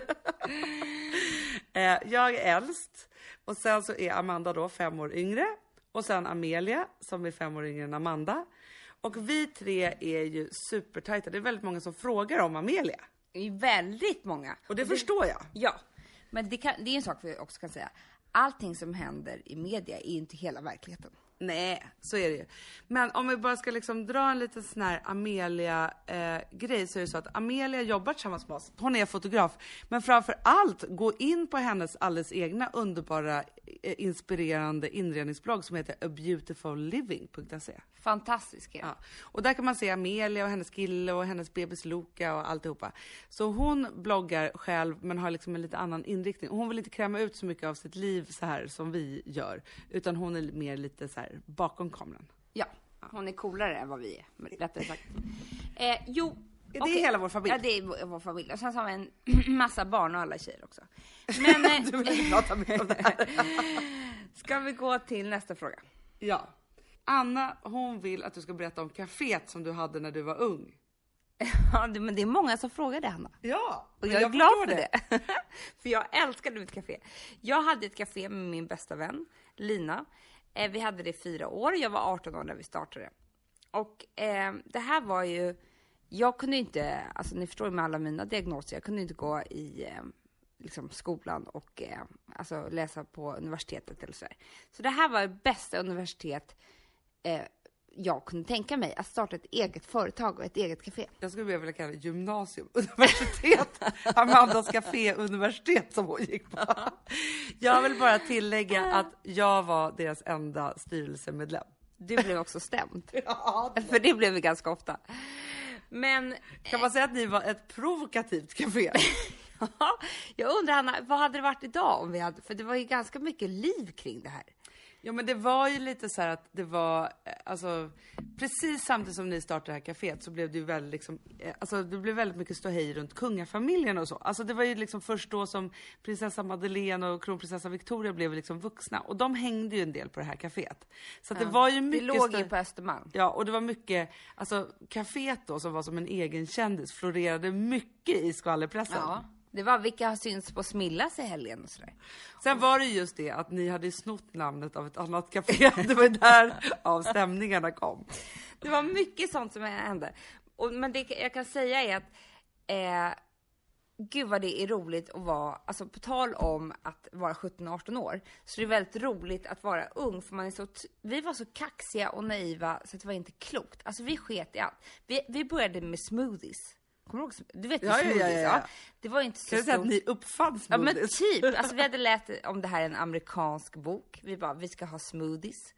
Jag är äldst. Och sen så är Amanda då 5 år yngre. Och sen Amelia som är 5 år yngre än Amanda. Och vi 3 är ju supertajta. Det är väldigt många som frågar om Amelia. Det är väldigt många. Och det förstår jag. Ja. Men det är en sak vi också kan säga. Allting som händer i media är inte hela verkligheten. Nej, så är det ju. Men om vi bara ska liksom dra en liten sån här Amelia-grej så är det så att Amelia jobbar tillsammans med oss. Hon är fotograf. Men framför allt, gå in på hennes alldeles egna underbara, inspirerande inredningsblogg som heter abeautifulliving.se. Fantastisk. Ja. Och där kan man se Amelia och hennes kille och hennes bebis Luca och alltihopa. Så hon bloggar själv men har liksom en lite annan inriktning. Hon vill inte kräma ut så mycket av sitt liv så här som vi gör. Utan hon är mer lite så här bakom kameran. Ja, hon är coolare än vad vi är. Rättare sagt. Det är hela vår familj. Ja, det är vår familj. Och sen så har vi en massa barn och alla tjejer också. Men du vill inte prata mer om det här. Ska vi gå till nästa fråga? Ja. Anna, hon vill att du ska berätta om kaféet som du hade när du var ung. Ja, men det är många som frågar det, Hanna. Ja, och jag är glad för det. För jag älskade mitt café. Jag hade ett café med min bästa vän, Lina. Vi hade det i 4 år. Jag var 18 år när vi startade. Och det här var ju... Jag kunde inte... Alltså ni förstår med alla mina diagnoser. Jag kunde inte gå i liksom skolan och alltså läsa på universitetet eller så här. Så det här var det bästa universitet jag kunde tänka mig. Att starta ett eget företag och ett eget café. Jag skulle vilja kalla det gymnasium, universitet. Amandas café, universitet som hon gick på. Jag vill bara tillägga att jag var deras enda styrelsemedlem. Du blev också stämd. Ja, för det blev vi ganska ofta. Men kan man säga att ni var ett provokativt café? Ja, jag undrar Hanna, vad hade det varit idag om vi hade, för det var ju ganska mycket liv kring det här. Ja, men det var ju lite så här att det var, alltså precis samtidigt som ni startade det här caféet så blev det ju väldigt liksom, alltså det blev väldigt mycket ståhej runt kungafamiljen och så. Alltså det var ju liksom först då som prinsessa Madeleine och kronprinsessa Victoria blev liksom vuxna. Och de hängde ju en del på det här caféet. Så att det var ju mycket... Det låg ju på Östermalm. Ja, och det var mycket, alltså caféet då som var som en egen kändis florerade mycket i skvallerpressen. Ja. Det var vilka har synts på Smillas i helgen och sådär. Sen var det just det att ni hade snott namnet av ett annat café. Det var där av stämningarna kom. Det var mycket sånt som hände. Men det jag kan säga är att gud vad det är roligt att vara, alltså på tal om att vara 17-18 år, så det är väldigt roligt att vara ung, för man är så, vi var så kaxiga och naiva så att det var inte klokt. Alltså vi sket i allt. Vi började med smoothies. Kommer du ihåg? Du vet ju smoothies, ja. Det var inte så kan du säga att ni uppfann smoothies? Ja, men typ. Alltså vi hade lärt om det här är en amerikansk bok. Vi ska ha smoothies.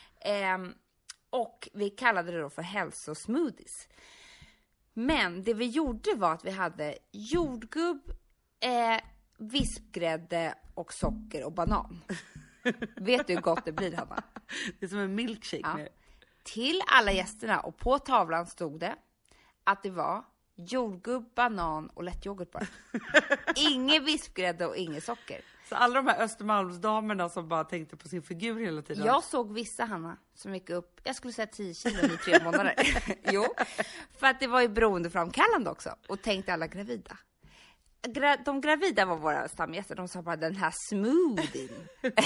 Och vi kallade det då för hälsosmoothies. Men det vi gjorde var att vi hade jordgubb, vispgrädde och socker och banan. Vet du hur gott det blir, Hanna? Det är som en milkshake. Ja. Till alla gästerna, och på tavlan stod det att det var jordgubb, banan och lättyoghurt bara. Ingen vispgrädde och inget socker. Så alla de här Östermalmsdamerna som bara tänkte på sin figur hela tiden. Jag såg vissa, Hanna, som gick upp, jag skulle säga 10 kilo i 3 månader. Jo, för att det var ju beroendeframkallande också. Och tänkte alla gravida. De gravida var våra stamgäster. De sa bara, den här smoothien,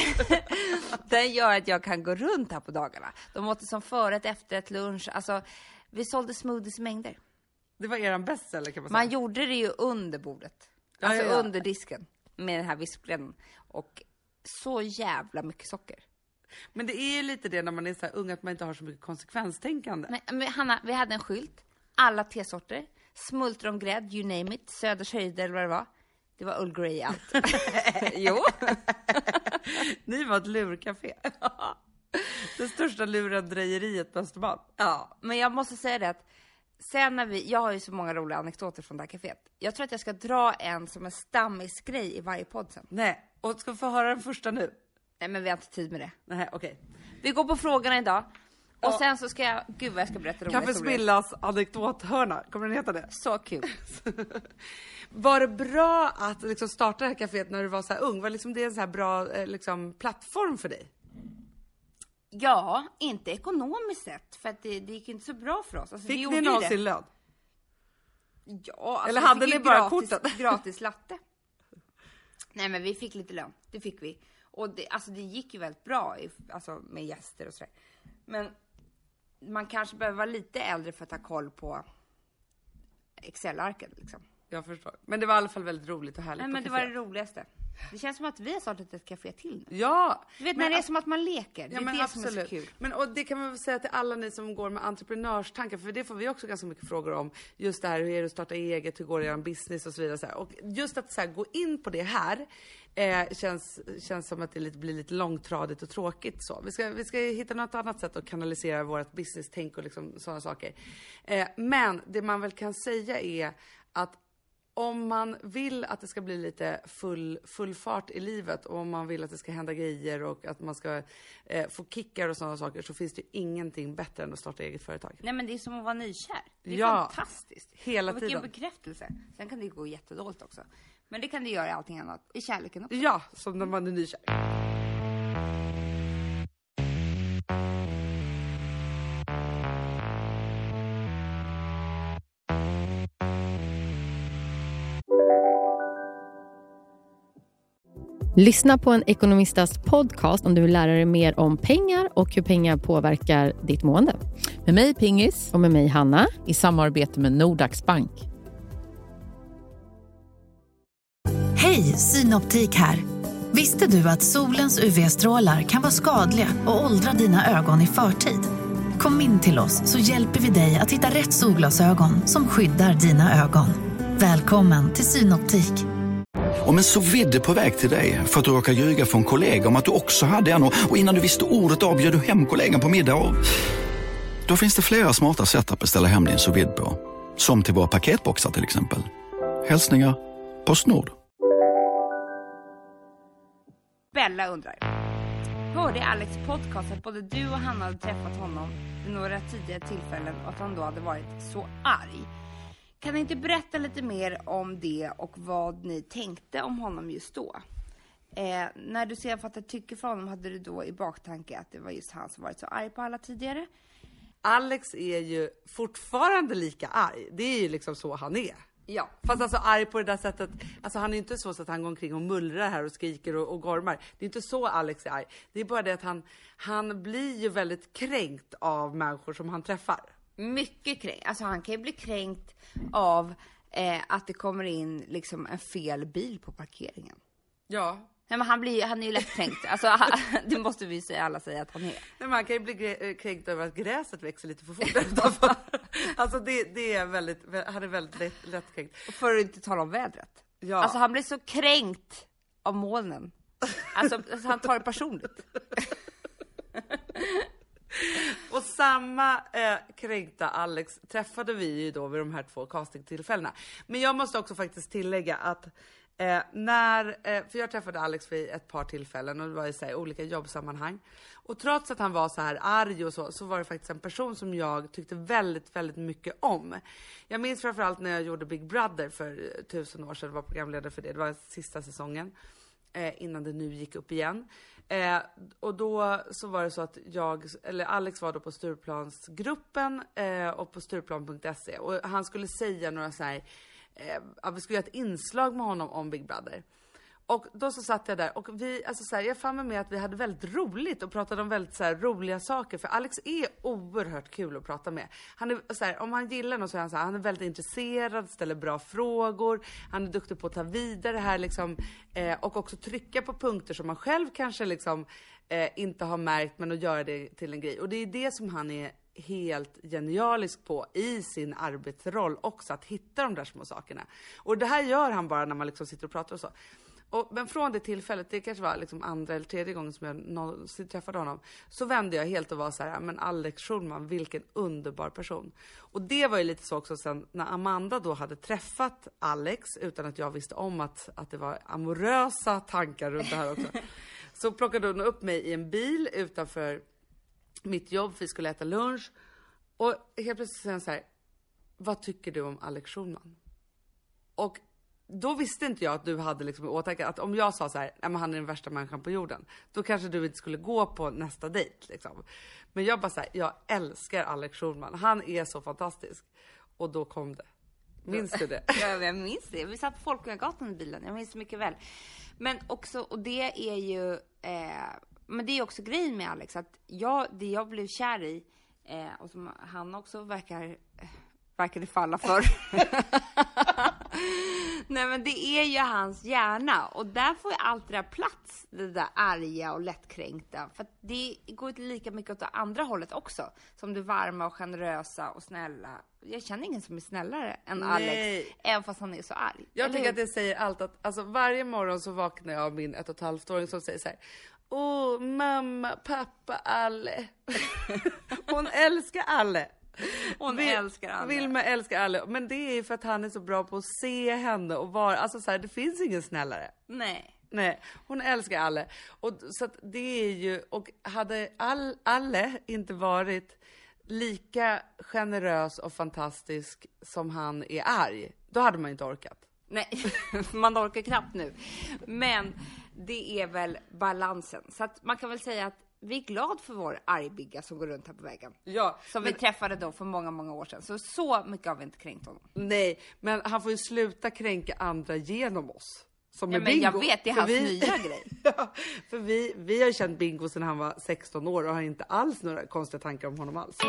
den gör att jag kan gå runt här på dagarna. De åt det som förrätt, efterrätt, lunch. Alltså, vi sålde smoothies i mängder. Det var eran bästseller kan man säga. Man gjorde det ju under bordet. Alltså under disken. Med den här vispgrädden. Och så jävla mycket socker. Men det är ju lite det när man är så här ung, att man inte har så mycket konsekvenstänkande. Men Hanna, vi hade en skylt. Alla tesorter. Smultrongrädd, you name it. Söders höjder eller vad det var. Det var Earl Grey allt. Jo. Ni var ett lurcafé. Det största lurendrejeriet på Östermalm. Ja, men jag måste säga det att sen när jag har ju så många roliga anekdoter från det här kaféet. Jag tror att jag ska dra en som en stammisgrej i varje podd sen. Nej, och ska vi få höra den första nu? Nej, men vi har inte tid med det. Nej, okej. Vi går på frågorna idag. Och sen så ska jag, gud vad jag ska berätta roliga Kaffe Smillas anekdothörna, kommer den heta det? Så kul. Var det bra att liksom starta det här kaféet när du var så här ung? Var liksom det en så här bra liksom, plattform för dig? Ja, inte ekonomiskt sett. För att det gick inte så bra för oss. Alltså, Fick ni någonsin lön? Ja, alltså, eller hade ni bara kortet? Gratis latte. Nej, men vi fick lite lön. Det fick vi. Och det, alltså, det gick ju väldigt bra alltså, med gäster och sådär. Men man kanske behöver vara lite äldre för att ha koll på Excel-arken liksom. Jag förstår. Men det var i alla fall väldigt roligt och härligt. Nej, men det var det roligaste. Det känns som att vi har startat ett café till nu. Ja. Du vet när det är som att man leker. Det är det absolut. som är så kul. Men och det kan man väl säga till alla ni som går med entreprenörstankar. För det får vi också ganska mycket frågor om. Just det här, hur är det att starta eget? Hur går det att göra en business och så vidare. Så här. Och just att så här, gå in på det här känns som att det blir lite långtradigt och tråkigt. Så. Vi ska hitta något annat sätt att kanalisera vårt business-tänk och liksom sådana saker. Men det man väl kan säga är att om man vill att det ska bli lite full fart i livet och om man vill att det ska hända grejer och att man ska få kickar och sådana saker, så finns det ju ingenting bättre än att starta eget företag. Nej, men det är som att vara nykär. Det är fantastiskt. Hela och vilken tiden. Bekräftelse. Sen kan det gå jättedåligt också. Men det kan det göra i allting annat. I kärleken också. Ja, som när man är nykär. Lyssna på en ekonomistas podcast om du vill lära dig mer om pengar och hur pengar påverkar ditt mående. Med mig Pingis och med mig Hanna i samarbete med Nordax Bank. Hej, Synoptik här. Visste du att solens UV-strålar kan vara skadliga och åldra dina ögon i förtid? Kom in till oss så hjälper vi dig att hitta rätt solglasögon som skyddar dina ögon. Välkommen till Synoptik. Om en sous-vide på väg till dig för att du råkar ljuga från kollega om att du också hade en och innan du visste ordet av bjöd du hem kollegan på middag och... Då finns det flera smarta sätt att beställa hem din sous-vide på. Som till våra paketboxar till exempel. Hälsningar PostNord. Bella undrar. Hörde i Alex podcast att både du och Hanna hade träffat honom vid några tidigare tillfällen och att han då hade varit så arg. Kan ni inte berätta lite mer om det och vad ni tänkte om honom just då? När du sedan fattade tycke för honom, hade du då i baktanke att det var just han som varit så arg på alla tidigare? Alex är ju fortfarande lika arg. Det är ju liksom så han är. Ja. Fast alltså arg på det där sättet. Alltså han är inte så att han går omkring och mullrar här och skriker och gormar. Det är inte så Alex är arg. Det är bara det att han blir ju väldigt kränkt av människor som han träffar. Mycket kränkt. Alltså han kan ju bli kränkt av att det kommer in liksom en fel bil på parkeringen. Ja. Nej, men han är ju lätt kränkt. Alltså det måste vi alla säga att han är. Nej, men han kan ju bli kränkt över att gräset växer lite för fort utanför. Alltså det är han är väldigt lätt kränkt. För att inte tala om vädret. Ja. Alltså han blir så kränkt av molnen. Alltså han tar det personligt. Och samma kränkta Alex träffade vi ju då vid de här 2 castingtillfällena. Men jag måste också faktiskt tillägga att för jag träffade Alex vid ett par tillfällen och det var i så här, olika jobbsammanhang. Och trots att han var så här arg och så var det faktiskt en person som jag tyckte väldigt, väldigt mycket om. Jag minns framförallt när jag gjorde Big Brother för 1000 år sedan, var programledare för det. Det var sista säsongen. innan det nu gick upp igen. Och då så var det så att Alex var då på Stureplansgruppen och på Stureplan.se, och han skulle säga några så här, vi skulle göra ett inslag med honom om Big Brother. Och då så satt jag där och jag fann med att vi hade väldigt roligt och pratade om väldigt så här roliga saker, för Alex är oerhört kul att prata med. Han är så här, om han gillar något så är han så här, han är väldigt intresserad, ställer bra frågor, han är duktig på att ta vidare här liksom, och också trycka på punkter som man själv kanske liksom inte har märkt, men att göra det till en grej. Och det är det som han är helt genialisk på i sin arbetsroll också, att hitta de där små sakerna. Och det här gör han bara när man liksom sitter och pratar och så. Men från det tillfället, det kanske var liksom andra eller tredje gången som jag träffade honom, så vände jag helt och var så här, men Alex Schulman, vilken underbar person. Och det var ju lite så också sen när Amanda då hade träffat Alex, utan att jag visste om att det var amorösa tankar runt det här också. Så plockade hon upp mig i en bil utanför mitt jobb, för vi skulle äta lunch. Och helt plötsligt säger han så här, vad tycker du om Alex Schulman? Och då visste inte jag att du hade liksom i åtanke att om jag sa så här, men han är den värsta människan på jorden, då kanske du inte skulle gå på nästa dejt liksom. Men jag bara så här, jag älskar Alex Schulman, han är så fantastisk. Och då kom det. Minns du det? Ja, jag minns det. Vi satt på Folkungagatan i bilen, jag minns det mycket väl. Men också, och det är ju men det är också grejen med Alex, att det jag blev kär i, och som han också verkar falla för. Nej, men det är ju hans hjärna, och där får ju allt det där plats, det där arga och lättkränkta, för att det går inte lika mycket åt det andra hållet också, som det varma och generösa och snälla. Jag känner ingen som är snällare än Alex, även fast han är så arg. Jag tycker att det säger allt, att alltså, varje morgon så vaknar jag av min 1,5-åring som säger så här: åh, mamma, pappa, Alle. Hon älskar Alle. Hon älskar alla. Vilma älskar alla. Men det är för att han är så bra på att se henne och vara, alltså så här, det finns ingen snällare. Nej, hon älskar alla. Och så att det är ju, och hade Alle inte varit lika generös och fantastisk som han är arg, då hade man inte orkat. Nej, man orkar knappt nu. Men det är väl balansen. Så att man kan väl säga att vi är glad för vår argbigga som går runt här på vägen. Ja, som vi träffade då för många, många år sedan. Så mycket har vi inte kränkt honom. Nej, men han får ju sluta kränka andra genom oss. Som ja, men Bingo. Jag vet, det är hans nya grej. Ja, för vi har ju känt Bingo sedan han var 16 år och har inte alls några konstiga tankar om honom alls.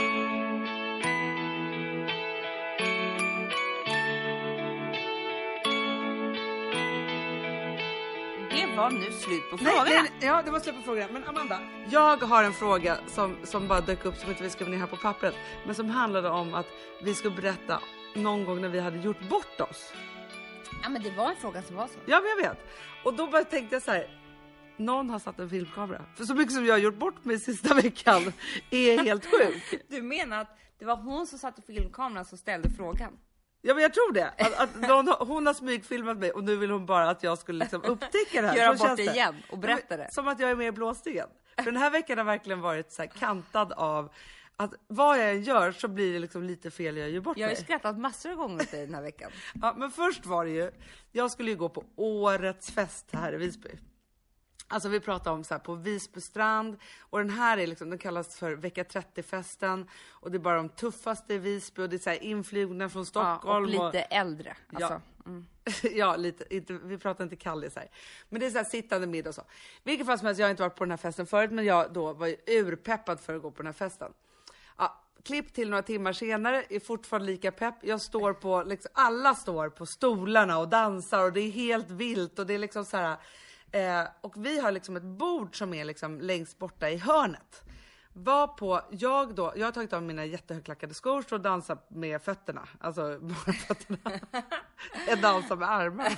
Det var nu slut på frågorna. Ja, det var slut på frågorna. Men Amanda, jag har en fråga som bara dök upp, som inte vi skrev ner här på pappret, men som handlade om att vi skulle berätta någon gång när vi hade gjort bort oss. Ja, men det var en fråga som var så. Ja, men jag vet. Och då bara tänkte jag så här: någon har satt en filmkamera. För så mycket som jag har gjort bort mig sista veckan är helt sjuk. Du menar att det var hon som satte filmkameran som ställde frågan? Ja, men jag tror det. Hon har smygfilmat mig och nu vill hon bara att jag skulle liksom upptäcka det här. Göra bort det igen och berätta det. Som att jag är med i blåstegen. För den här veckan har verkligen varit så här kantad av att vad jag än gör så blir det liksom lite fel, jag gör bort mig. Jag har ju skrattat massor av gånger till den här veckan. Ja, men först var det ju, jag skulle ju gå på årets fest här i Visby. Alltså vi pratar om så här på Visby strand, och den här är liksom, den kallas för vecka 30-festen, och det är bara de tuffaste i Visby, och det är så här influgna från Stockholm. Ja, och lite äldre. Alltså. Ja, ja, lite, inte, vi pratar inte kallis här. Men det är så här sittande middag och så. Vilket fall som helst, jag har inte varit på den här festen förut, men jag då var ju urpeppad för att gå på den här festen. Ja, klipp till några timmar senare, är fortfarande lika pepp. Jag står på, liksom, alla står på stolarna och dansar, och det är helt vilt, och det är liksom så här. Och vi har liksom ett bord som är liksom längst borta i hörnet. Jag har tagit av mina jättehögklackade skor, så dansar med fötterna. Alltså bara fötterna. Jag dansar med armarna.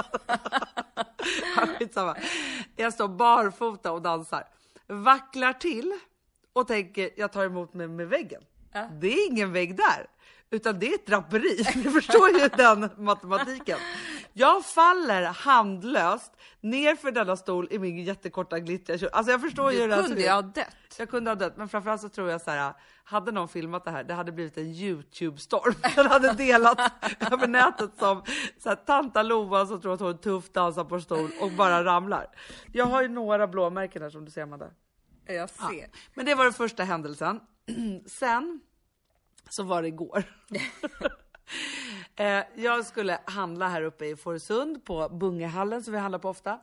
Jag står barfota och dansar. Vacklar till och tänker, jag tar emot mig med väggen. Det är ingen vägg där, utan det är ett draperi. Ni förstår ju den matematiken. Jag faller handlöst ner för denna stol i min jättekorta glitterkjol. Alltså jag förstår ju det. Du kunde ju ha dött. Jag kunde ha dött, men framförallt så tror jag så här, hade någon filmat det här, det hade blivit en YouTube-storm. Den hade delat över nätet som så här, tanta Lova som tror att hon är tuff, dansar på stol och bara ramlar. Jag har ju några blåmärken här som du ser, Amanda. Jag ser. Ja. Men det var den första händelsen. Sen så var det igår. Jag skulle handla här uppe i Fårösund på Bungehallen som vi handlar på ofta.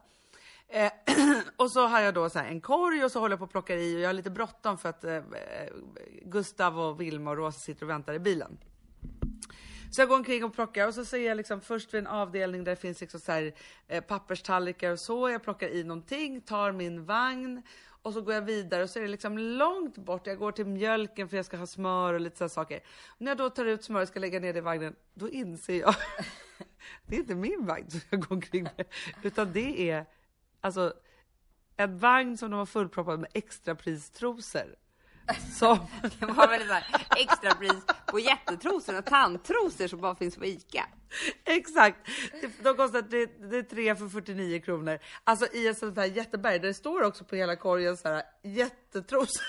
Och så har jag då så här en korg och så håller jag på att plocka i och jag har lite bråttom för att Gustav och Vilma och Rosa sitter och väntar i bilen. Så jag går omkring och plockar och så ser jag liksom först vid en avdelning där det finns liksom så här papperstallrikar och så. Jag plockar i någonting, tar min vagn och så går jag vidare och så är det liksom långt bort. Jag går till mjölken för jag ska ha smör och lite sådana saker. Och när jag då tar ut smör och ska lägga ner det i vagnen, då inser jag det är inte min vagn som jag går omkring med, utan det är alltså en vagn som de har fullproppad med extrapristrosor. Som det var väl så här extrapris på jättetrosor och tandtrosor som bara finns på Ica. Exakt. De kostar det 3 för 49 kronor. Alltså i en sån här jätteberg. Där det står också på hela korgen så här jättetrosor.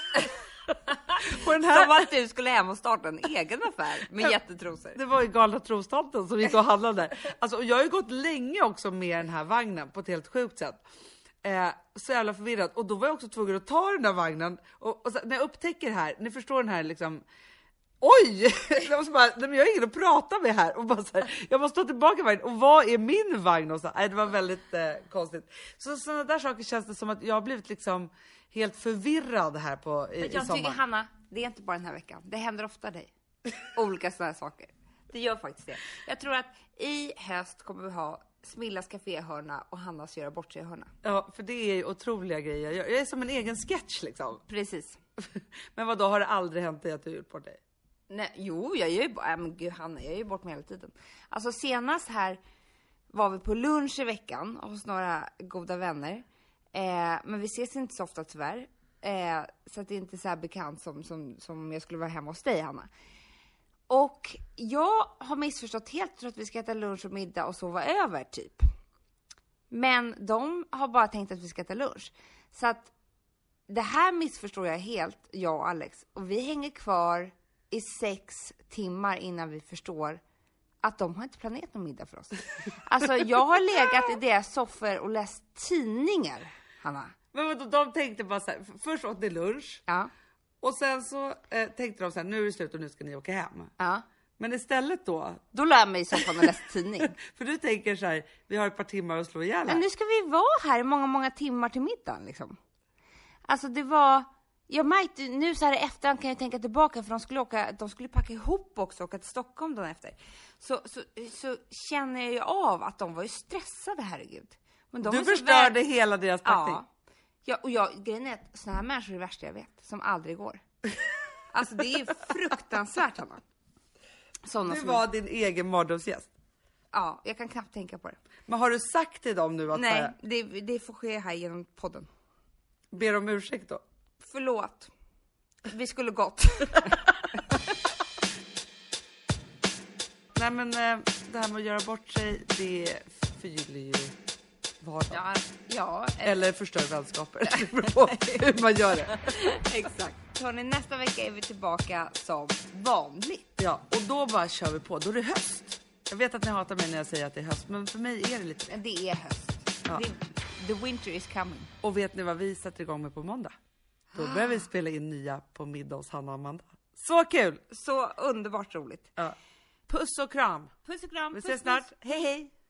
Och den här... Som att du skulle hem och starta en egen affär med jättetrosor. Det var ju galna trostanten som gick och handlade. Alltså, och jag har ju gått länge också med den här vagnen på ett helt sjukt sätt. Så jävla förvirrad. Och då var jag också tvungen att ta den där vagnen. Och så, när jag upptäcker här, ni förstår den här liksom... Oj! Jag måste bara, nej, men jag har ingen att prata med här. Och bara så här, jag måste ta tillbaka vagnen. Och vad är min vagn? Och så, det var väldigt konstigt. Så sådana där saker känns det som att jag har blivit liksom helt förvirrad här på i jag sommar. tycker, Hanna, det är inte bara den här veckan. Det händer ofta dig. Olika sådana här saker. Det gör faktiskt det. Jag tror att i höst kommer vi ha Smillas kaféhörna och Hannas göra bort sig hörna. Ja, för det är ju otroliga grejer. Jag är som en egen sketch liksom. Precis. Men vad då har det aldrig hänt dig att du gjort bort dig? Nej, jo, jag gör ju bara, men gud Hanna, jag är ju bort mig hela tiden. Alltså senast här var vi på lunch i veckan hos några goda vänner. Men vi ses inte så ofta tyvärr. Så att det är inte så här bekant som jag skulle vara hemma hos dig, Hanna. Och jag har missförstått helt, tror att vi ska äta lunch och middag och sova över typ. Men de har bara tänkt att vi ska äta lunch. Så att det här missförstår jag helt, jag och Alex. Och vi hänger kvar i 6 timmar innan vi förstår att de har inte planerat någon middag för oss. Alltså jag har legat i deras soffor och läst tidningar, Hanna. Men vadå, de tänkte bara så här, först åt ni lunch. Ja. Och sen så tänkte de så här, nu är det slut och nu ska ni åka hem. Ja. Men istället då lär jag mig i soffan och läsa tidning. För du tänker så här, vi har ett par timmar att slå ihjäl. Men nu ska vi vara här i många, många timmar till middagen liksom. Alltså det var... Jag märkte, nu så här i efterhand kan jag tänka tillbaka, för de skulle packa ihop också och åka till Stockholm dagen efter. Så känner jag ju av att de var ju stressade, herregud. Men de du förstörde hela deras packning. Ja, och grejen är att såna här människor är det värsta jag vet, som aldrig går. Alltså det är fruktansvärt, Hanna. Du var din egen mardrömsgäst. Ja, jag kan knappt tänka på det. Men har du sagt till dem nu att... Nej, det får ske här genom podden. Ber om ursäkt då? Förlåt. Vi skulle gått. Nej men det här med att göra bort sig, det förgyller ju vardagen. Ja. Eller förstör vänskaper. Det beror på hur man gör det. Exakt. Hörrni, nästa vecka är vi tillbaka som vanligt. Ja, och då bara kör vi på. Då är det höst. Jag vet att ni hatar mig när jag säger att det är höst, men för mig är det lite... Det är höst. Ja. The winter is coming. Och vet ni vad vi sätter igång med på måndag? Då börjar vi spela in nya På middag hos Hanna och Amanda. Så kul! Så underbart roligt. Ja. Puss och kram. Puss och kram. Vi ses snart. Hej hej!